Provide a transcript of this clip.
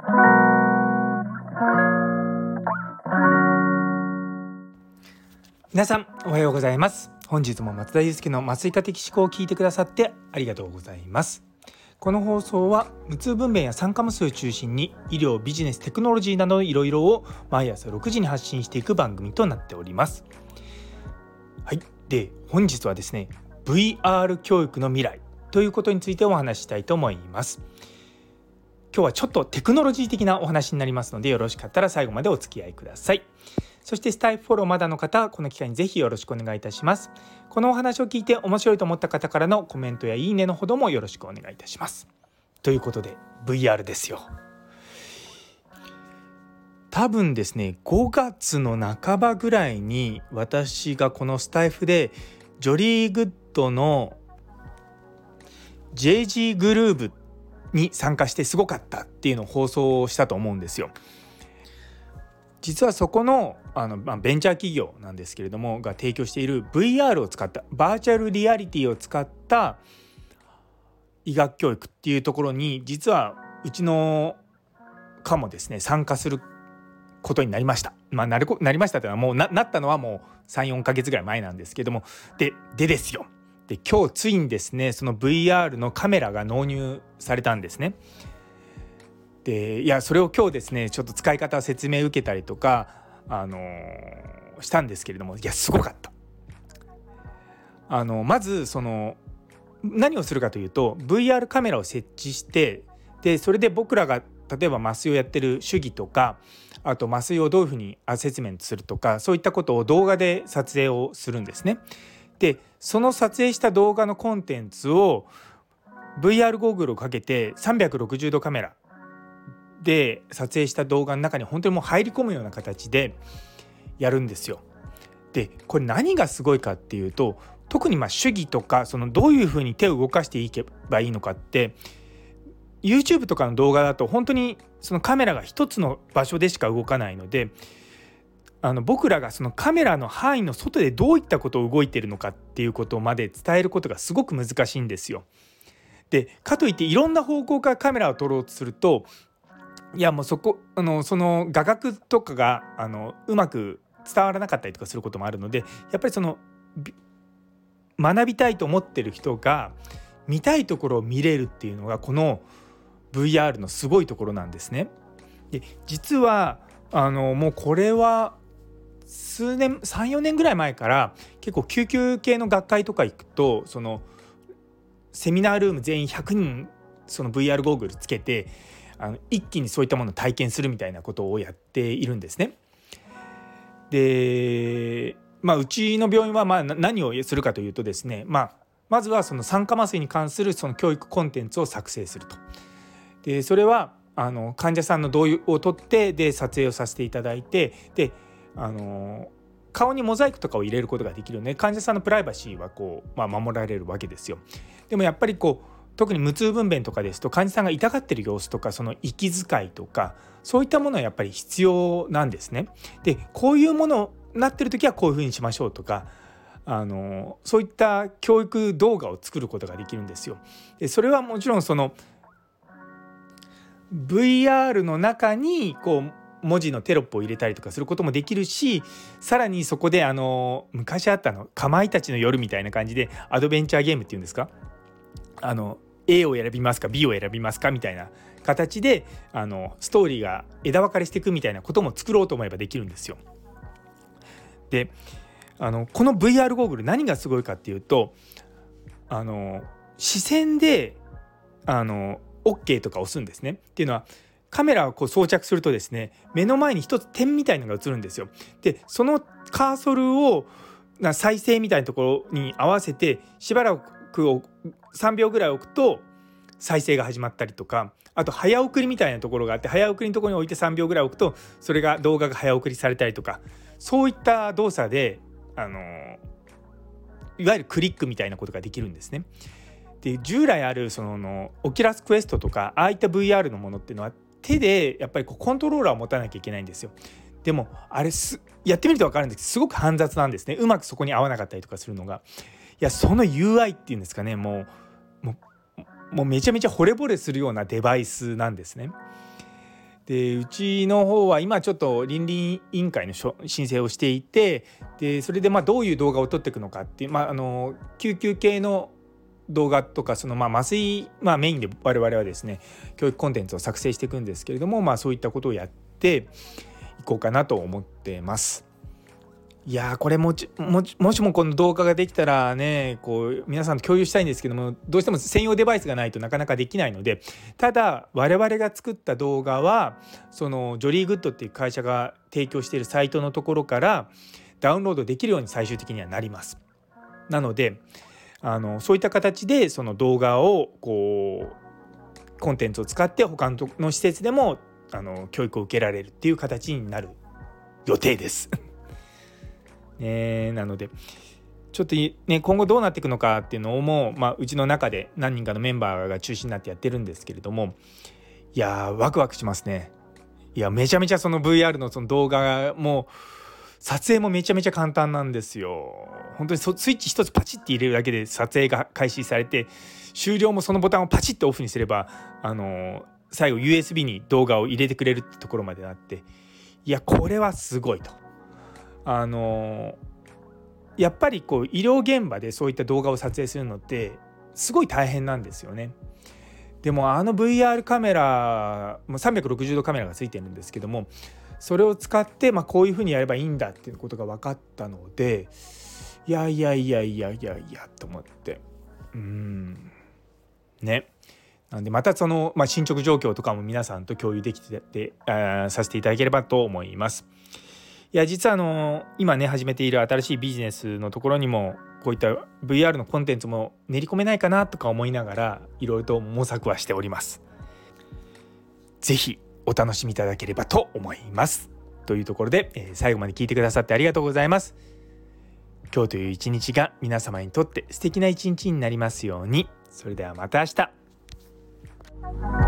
皆さんおはようございます。本日も松田祐介の麻酔科的思考を聞いてくださってありがとうございます。この放送は無痛分娩や酸化麻酔を中心に医療、ビジネス、テクノロジーなどいろいろを毎朝6時に発信していく番組となっております。はい、で本日はですね VR 教育の未来ということについてお話ししたいと思います。今日はちょっとテクノロジー的なお話になりますので、よろしかったら最後までお付き合いください。そしてスタイフフォローまだの方はこの機会にぜひよろしくお願いいたします。このお話を聞いて面白いと思った方からのコメントやいいねのほどもよろしくお願いいたします。ということで VR ですよ。多分ですね5月の半ばぐらいに私がこのスタイフでジョリーグッドの JG グルーブに参加してすごかったっていうのを放送したと思うんですよ。実はそこのベンチャー企業なんですけれどもが提供している VR を使ったバーチャルリアリティを使った医学教育っていうところに実はうちの科もですね参加することになりました。なりましたというのはもう なったのはもう 3,4 ヶ月ぐらい前なんですけども、でですよ。で今日ついにですねその VR のカメラが納入されたんですね。でそれを今日ですねちょっと使い方説明受けたりとか、したんですけれども、すごかった。まずその何をするかというと VR カメラを設置して、でそれで僕らが例えば麻酔をやってる手技とか、あと麻酔をどういうふうにアセスメントするとか、そういったことを動画で撮影をするんですね。でその撮影した動画のコンテンツを VR ゴーグルをかけて360度カメラで撮影した動画の中に本当にもう入り込むような形でやるんですよ。でこれ何がすごいかっていうと、特に手技とかそのどういうふうに手を動かしていけばいいのかって YouTube とかの動画だと本当にそのカメラが一つの場所でしか動かないので、僕らがそのカメラの範囲の外でどういったことを動いているのかっていうことまで伝えることがすごく難しいんですよ。でかといっていろんな方向からカメラを撮ろうとすると、もうその画角とかがうまく伝わらなかったりとかすることもあるので、やっぱりその学びたいと思ってる人が見たいところを見れるっていうのがこの VR のすごいところなんですね。で実はもうこれは数年 3,4 年ぐらい前から結構救急系の学会とか行くと、そのセミナールーム全員100人その VR ゴーグルつけて一気にそういったものを体験するみたいなことをやっているんですね。で、うちの病院は何をするかというとですね、まずはその酸化麻酔に関するその教育コンテンツを作成すると。でそれは患者さんの同意を取ってで撮影をさせていただいて、で顔にモザイクとかを入れることができるので患者さんのプライバシーは守られるわけですよ。でもやっぱり特に無痛分娩とかですと患者さんが痛がってる様子とかその息遣いとかそういったものはやっぱり必要なんですね。でこういうものになってる時はこういうふうにしましょうとか、そういった教育動画を作ることができるんですよ。でそれはもちろんその VR の中に文字のテロップを入れたりとかすることもできるし、さらにそこで昔あったかまいたちの夜みたいな感じでアドベンチャーゲームっていうんですか、A を選びますか B を選びますかみたいな形でストーリーが枝分かれしていくみたいなことも作ろうと思えばできるんですよ。でこの VR ゴーグル何がすごいかっていうと、視線でOK とか押すんですね。っていうのはカメラを装着するとですね、目の前に一つ点みたいのが映るんですよ。でそのカーソルを再生みたいなところに合わせてしばらく3秒ぐらい置くと再生が始まったりとか、あと早送りみたいなところがあって早送りのところに置いて3秒ぐらい置くとそれが動画が早送りされたりとか、そういった動作でいわゆるクリックみたいなことができるんですね。で従来あるそのオキュラスクエストとかああいった VR のものっていうのは手でやっぱりコントローラーを持たなきゃいけないんですよ。でもあれやってみると分かるんですけどすごく煩雑なんですね。うまくそこに合わなかったりとかするのが、その UI っていうんですかね、もうめちゃめちゃ惚れ惚れするようなデバイスなんですね。 でうちの方は今ちょっと倫理委員会の申請をしていて、でそれでどういう動画を撮っていくのかっていう、救急系の動画とか麻酔、メインで我々はですね教育コンテンツを作成していくんですけれども、そういったことをやっていこうかなと思ってます。いやこれもしもこの動画ができたらね、皆さんと共有したいんですけども、どうしても専用デバイスがないとなかなかできないので、ただ我々が作った動画はそのジョリーグッドっていう会社が提供しているサイトのところからダウンロードできるように最終的にはなります。なのでそういった形でその動画をコンテンツを使って他の施設でも教育を受けられるっていう形になる予定ですなのでちょっとね今後どうなっていくのかっていうのをもう、うちの中で何人かのメンバーが中心になってやってるんですけれども、いやワクワクしますね。いやめちゃめちゃその VR のその動画も撮影もめちゃめちゃ簡単なんですよ。本当にスイッチ一つパチッて入れるだけで撮影が開始されて、終了もそのボタンをパチッとオフにすれば最後 USB に動画を入れてくれるってところまでなって、いやこれはすごいと。やっぱり医療現場でそういった動画を撮影するのってすごい大変なんですよね。でもVR カメラ360度カメラがついてるんですけども、それを使って、こういうふうにやればいいんだっていうことが分かったので、いやと思ってね。なんでまたその、進捗状況とかも皆さんと共有できてさせていただければと思います。いや実は今ね始めている新しいビジネスのところにもこういった VR のコンテンツも練り込めないかなとか思いながらいろいろと模索はしております。ぜひお楽しみいただければと思います。というところで、最後まで聞いてくださってありがとうございます。今日という一日が皆様にとって素敵な一日になりますように。それではまた明日。